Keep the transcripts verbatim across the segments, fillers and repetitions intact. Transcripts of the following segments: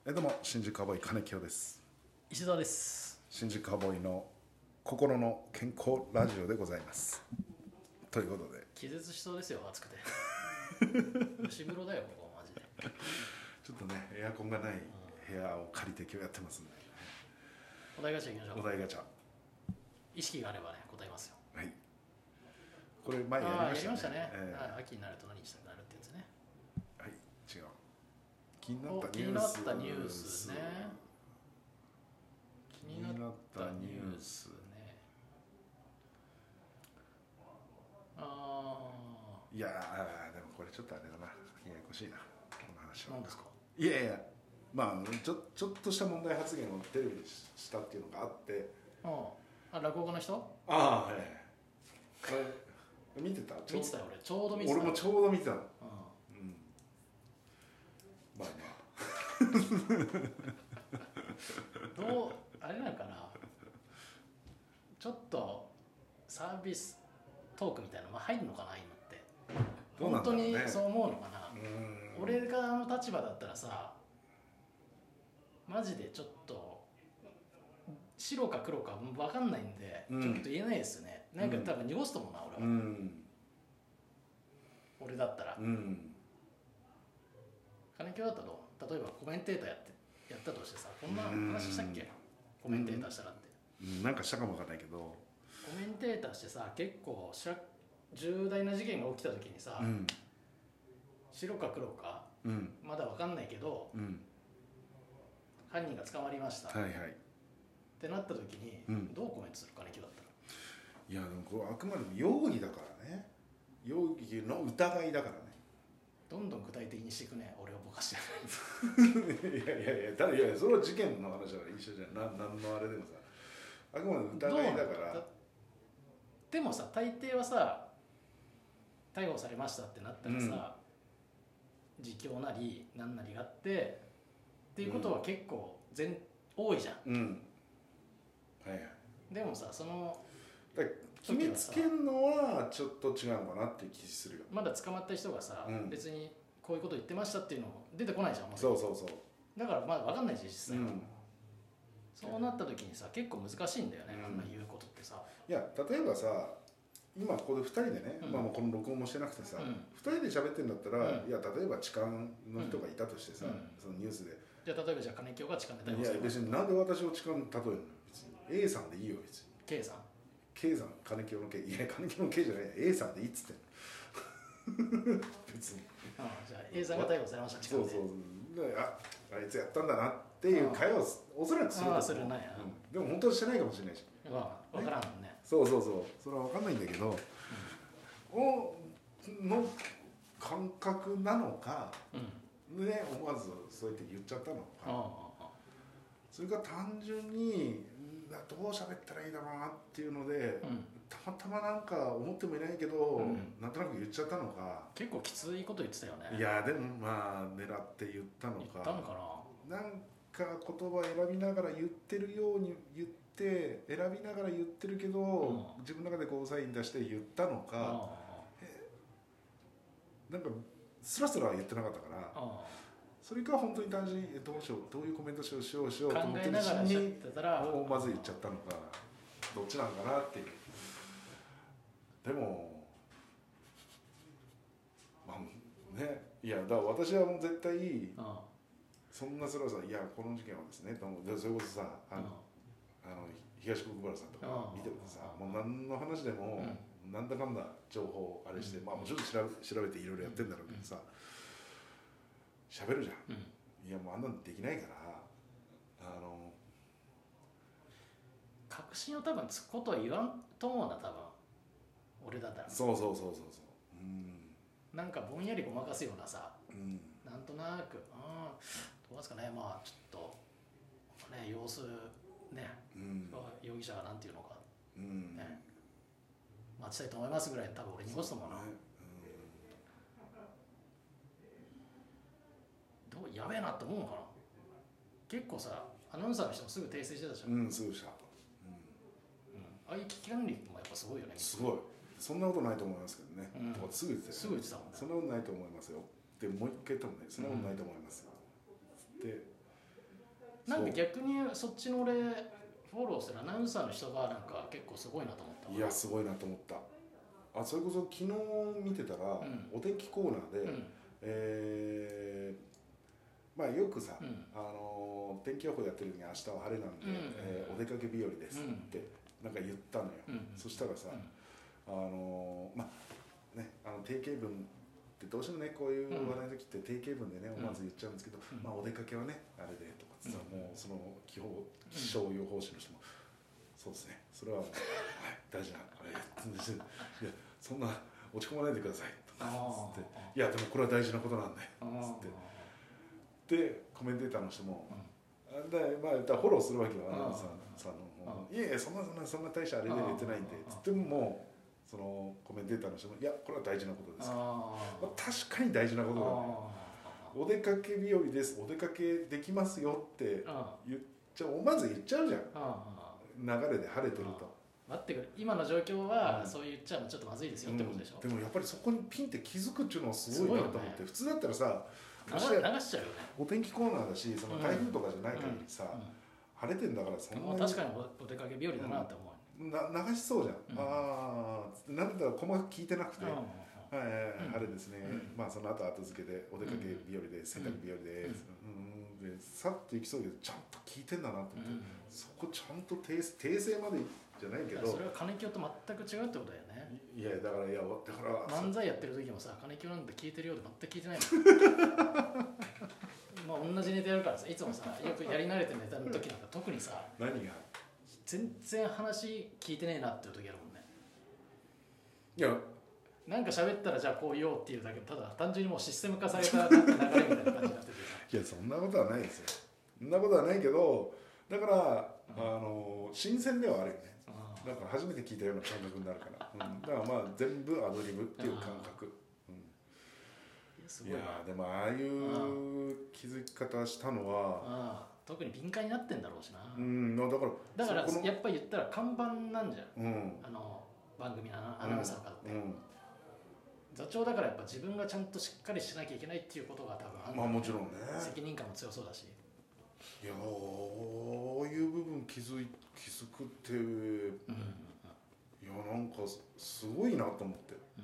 えどうも新宿カウボーイ金清です。 石田です。 新宿カウボーイの心の健康ラジオでございます。ということで気絶しそうですよ、暑くて蒸し風呂だよここマジで。 ちょっとねエアコンがない部屋を借りて今日やってますんで、 お題ガチャいきましょう。 お題ガチャ、 意識があればね答えますよ。 はい、これ前やりましたね。 あやりましたね、 えーはい、秋になると何したくなるってやつね。 はい、違う、気になった気になったニュースね。気になったニュースね。ああいやーでもこれちょっとあれだな、ややこしいなこの話は。 何ですか。 いやいや、まあちょちょっとした問題発言をテレビでしたっていうのがあって。 ああ、落語家の人。 ああ、はい、これ見てた。 見てたよ俺、ちょうど見てた。 俺もちょうど見てたの。うん、まあまあどうあれなのかな、ちょっとサービストークみたいなのも入るのかな今って。 どうなんだろうね、 本当にそう思うのかな。 うん、 俺がの立場だったらさ、マジでちょっと白か黒か分かんないんで、うん、ちょっと言えないですよね。なんか多分濁すと思うな俺は、うん、俺だったら、うん、金清だったと例えばコメンテーターやってやったとしてさ、こんな話したっけ、うん、コメンテーターしたらって、 うん、なんかしたかも分かんないけど、コメンテーターしてさ結構重大な事件が起きた時にさ、うん、白か黒か、うん、まだ分かんないけど、うん、犯人が捕まりました、はいはい、ってなった時に、うん、どうコメントするかね、今日だったら。 いやでもこれあくまでも容疑だからね、容疑の疑いだからね。 どんどん具体的にしていくね、俺をぼかしていやいやいや、ただいやそれは事件の話だから一緒じゃん。な何のあれでもさ、あくまで疑いだから。 でもさ、大抵はさ逮捕されましたってなったらさ、うん、自供なり何なりがあってっていうことは結構全、うん、多いじゃん、うん、はいはい。でもさ、そのだ決めつけるのはちょっと違うのかなっていう気するよ。 まだ捕まった人がさ、うん、別にこういうこと言ってましたっていうのも出てこないじゃん。 そうそうそう。 だからまだ分かんないし実際は、うん、そうなった時にさ結構難しいんだよね、うん、あんな言うことってさ。 いや例えばさ、今ここでふたりでね、うん、まあもうこの録音もしてなくてさ、うん、ふたりで喋ってるんだったら、うん、いや例えば痴漢の人がいたとしてさ、うん、そのニュースでじゃあ例えばじゃあ金清が痴漢で逮捕される。いや別になんで私を痴漢に例えるの、別に A さんでいいよ別に。 K さん K さん、金清の K、 いや金清の K じゃない A さんでいいっつって別に。 ああ、じゃあ A さんが逮捕されました。 そうそうそう、ああいつやったんだなっていう会話をおそらくすると思う。 するないな、 うん、でも本当はしてないかもしれないし、 まあ、分からんもんね。 そうそうそう、それは分かんないんだけど、うん、おの感覚なのか、うん、ね、思わずそうやって言っちゃったのか、ああ、それが単純にどう喋ったらいいだろうなっていうので、うん、たまたまなんか思ってもいないけど、うん、なんとなく言っちゃったのか。結構きついこと言ってたよね。 いやでもまあ狙って言ったのか、 言ったのかな、 なんか言葉選びながら言ってるように言って選びながら言ってるけど、うん、自分の中でゴーサイン出して言ったのか、なんかスラスラは言ってなかったから、それか本当に単純にどうしよう、どういうコメントしようしようしようと思ってるうちにもうまず言っちゃったのか、どっちなんかなっていう。でもまあね、いやだから私はもう絶対そんなスラスラ、いやこの事件はですね、それこそさ、あのあの東国原さんとか見てるとさ、もう何の話でもなんだかんだ情報あれして、まあもちろん調べ調べていろいろやってんだろうけどさ、喋るじゃん、うん、いやもうあんなのできないから、あの確信を多分つくことは言わんと思うな、多分俺だったら。 そうそうそうそうそう、うん、 なんかぼんやりごまかすようなさ、うん、なんとなく、うん、どうですかね、まあちょっとね、様子ね、うん、容疑者がなんていうのか、うんね、待ちたいと思いますぐらい多分俺濁すと思うな。やべえなって思うのかな。結構さ、アナウンサーの人もすぐ訂正してたじゃん。 うん、すぐした、 うんうん、ああいう危機管理もやっぱすごいよね。 すごい、そんなことないと思いますけどね、うん、とかすぐ言ってたよ、 すぐ言ってたもんね。 そんなことないと思いますよでもう一回言ったもんね、そんなことないと思います、うん、でなんか逆にそっちの俺フォローするアナウンサーの人がなんか結構すごいなと思った。 いやすごいなと思った。あ、それこそ昨日見てたら、うん、お天気コーナーで、うん、えー、まあよくさ、うん、あの天気予報やってる時に明日は晴れなんで、うんえー、お出かけ日和ですってなんか言ったのよ、うん、そしたらさ、うん、あのまあねあの定型文ってどうしてもねこういう話題の時って定型文でね思わず言っちゃうんですけど、うん、まあお出かけはねあれでとかってさ、うん、もうその気候気象予報士の人も、そうですねそれは、はい、大事なあれいやそんな落ち込まないでくださいとかつっていやでもこれは大事なことなんでつってでコメンテーターの人も、うん、でまあフォローするわけよアナウンサーさんのいやいやそんなそんなそんな大したあれで言ってないんでつってももうそのコメンテーターの人もいやこれは大事なことですから、まあ、確かに大事なことだね。お出かけ日和ですお出かけできますよって言っちゃうまず言っちゃうじゃん流れで晴れてると。 待ってくれ今の状況はそう言っちゃうのちょっとまずいですよってことでしょ、 うん、でもやっぱりそこにピンって気づくっていうのはすごいなと思って、ね、普通だったらさ流しちゃうよね。 お天気コーナーだしその台風とかじゃない限りさ、うんうん、晴れてんだからそんなに確かにお出かけ日和だなって思う、 うん、な流しそうじゃん、うん、ああなんだったら細かく聞いてなくて、うんはいはいはい、晴れですね、うん、まあその後後付けでお出かけ日和で洗濯日和で、うんうん、でさっと行きそうけどちゃんと聞いてんだなと思って、うん、そこちゃんと訂正までじゃないけどそれは金清と全く違うってことだよね。 いやだからいやだから漫才やってる時もさ金清なんて聞いてるようで全く聞いてないもんまあ同じネタやるからさいつもさよくやり慣れてるネタの時なんか特にさ何が全然話聞いてねえなっていう時あるもんね。 いやなんか喋ったらじゃあこう言おうっていうだけただ単純にもうシステム化された流れみたいな感じになってていやそんなことはないですよ。そんなことはないけどだから、うん、あの新鮮ではあるよね。だから初めて聞いたような感覚になるから、うん、だからまあ全部アドリブっていう感覚、うん、いやでもああいう気づき方したのは特に敏感になってんだろうしな、 うん、だからだからやっぱり言ったら看板なんじゃん、うん、あの番組のアナウンサーからって、うんうん、座長だからやっぱ自分がちゃんとしっかりしなきゃいけないっていうことが多分ある、 まあもちろんね責任感も強そうだしいやこういう部分気づい気づくって、うん、いやなんかすごいなと思って、うん、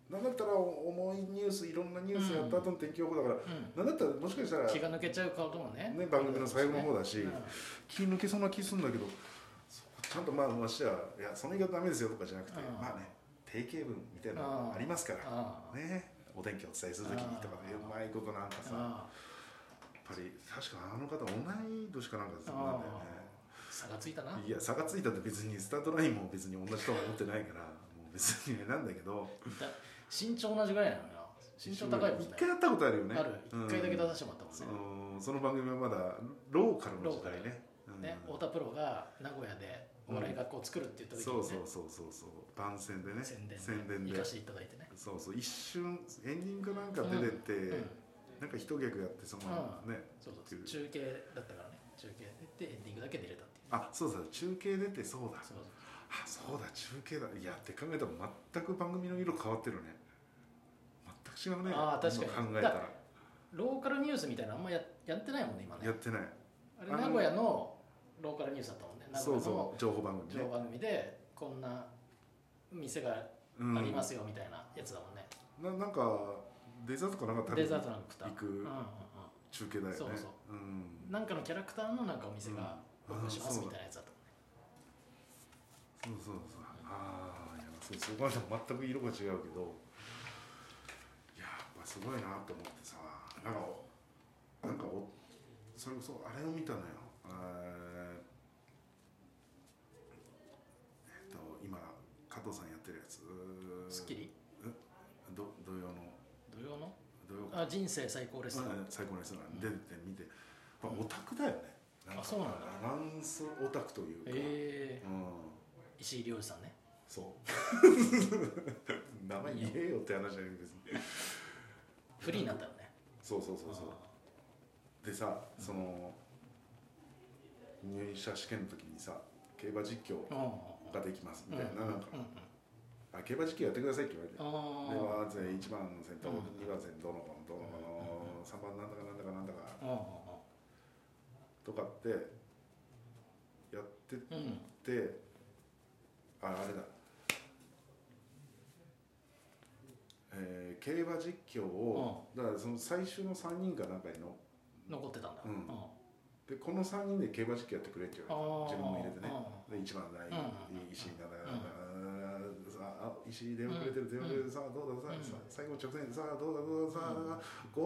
なんだったら重いニュースいろんなニュースやった後の天気予報だから、うん、なんだったらもしかしたら気が抜けちゃう顔ともねね番組の最後の方だし、うん、気抜けそうな気するんだけどちゃんとまあましてはいやその言い方ダメですよとかじゃなくて、うん、まあね定型文みたいなのがありますからねお天気お伝えする時にとかでうまいことなんかさやっぱり確かあの方同い年かなんかなんだよね。 差がついたな。 いや差がついたって別にスタートラインも別に同じとは思ってないからもう別になんだけど身長同じぐらいなのよ。身長高いもんね。 一回やったことあるよね。 ある一回だけ出させてもらったもんね、 うん、その番組はまだローカルの時代ね、 うん、ね太田プロが名古屋でお笑い学校を作るって言った時にね、 うん、そうそうそうそうそう番宣でね宣伝 で, 宣伝で行かせていただいてねそうそう一瞬エンディングなんか出てって、うんうんなんか一ギャグやってそのね、 うん、そうそう中継だったからね中継出てエンディングだけ出れたっていうあそうそう中継出てそうだそうあそうだ中継だいやって考えたら全く番組の色変わってるね全く違うねあ確かに考えたらローカルニュースみたいなのあんま や, やってないもんね今ねやってないあれ名古屋のローカルニュースだったもんね名古屋のそうそう情報番組ね情報番組でこんな店がありますよみたいなやつだもんね、 うん、な, なんかデザートかなんか食べに行く中継だよね。 そうそう、うん、なんかのキャラクターのなんかお店がオープンしますみたいなやつだと思うね。そうそうそう。ああ、いやそうそこは全く色が違うけど、いややっぱすごいなと思ってさ、なんかなんかおそれこそあれを見たのよ。えー、っと今加藤さんやってるやつ。 スッキリ？ ど土曜の。 土曜のあ人生最高レストラン、 うん、最高レストラン出て見て、まあ、オタクだよね。 あそうなんだ。 アナウンスオタクというか、 えーうん、 石井亮次さんね。 そう名前言えよって話じゃない別にフリーになったのね。 そうそうそうそうでさ、うん、その入社試験の時にさ競馬実況ができますみたいな、うん、なんか、うんうんあ競馬実況やってくださいって言われてでまずいちばんの先頭、うん、にばん戦どうのこのどうのこの、うん、さんばんなんだかなんだかなんだかとかってやってって、うん、あ, あれだ、えー、競馬実況を、うん、だからその最終のさんにんかなんかにの残ってたんだ、 うんうん、でこのさんにんで競馬実況やってくれって言われて自分も入れてね、でいちばんない石井がだから石井電話くれてる電話くれてる、さあどうださあ最後直線さあどうだどうださあ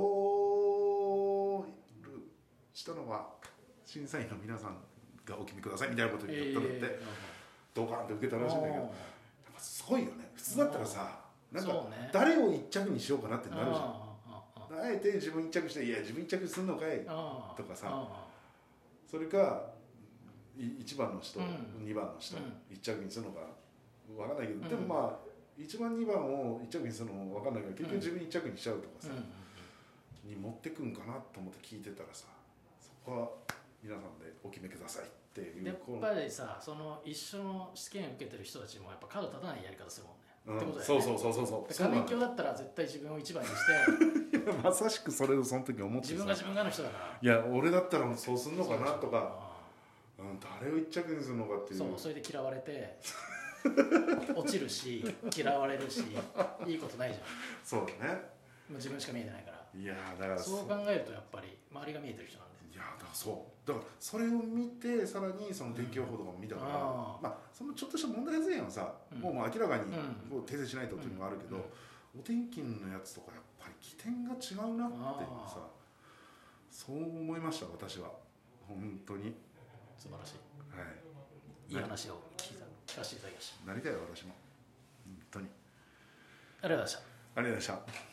ゴールしたのは審査員の皆さんがお決めくださいみたいなことを言ったのってドカンって受けたらしいんだけど、やっぱすごいよね。普通だったらさ、なんか誰を一着にしようかなってなるじゃん。あえて自分一着していや自分一着するのかいとかさ、それかいちばんの人、うん、にばんの人、うん、一着にするのか分かんないけど、うん、でもまあいちばんにばんを一着にするのも分かんないけど結局自分一着にしちゃうとかさ、うん、に持ってくんかなと思って聞いてたらさ、そこは皆さんでお決めくださいっていう。 やっぱりさ、その一緒の試験受けてる人たちもやっぱ角立たないやり方するもんね。 うん、ってことだよね。そうそうそうそうそう。 画面鏡だったら絶対自分を一番にしていやまさしくそれをその時思って自分が自分がの人だから、 いや俺だったらそうすんのかなとか、うん、誰を一着にするのかっていう。 そう、それで嫌われて落ちるし嫌われるしいいことないじゃん。 そうだね。 自分しか見えてないから。 いやだからそう考えるとやっぱり周りが見えてる人なんで。 いやだからそうだからそれを見てさらにその天気予報とかも見たから、うん、あまあそのちょっとした問題発言はさ、うん、もうもう明らかにこう訂正しないとっていうのもあるけど、うん、お天気のやつとかやっぱり起点が違うなっていうさ、そう思いました私は本当に。 素晴らしい。 はい。 いい話を聞いた聞かせていただきました。 なりたいよ私も本当に。 ありがとうございました。 ありがとうございました。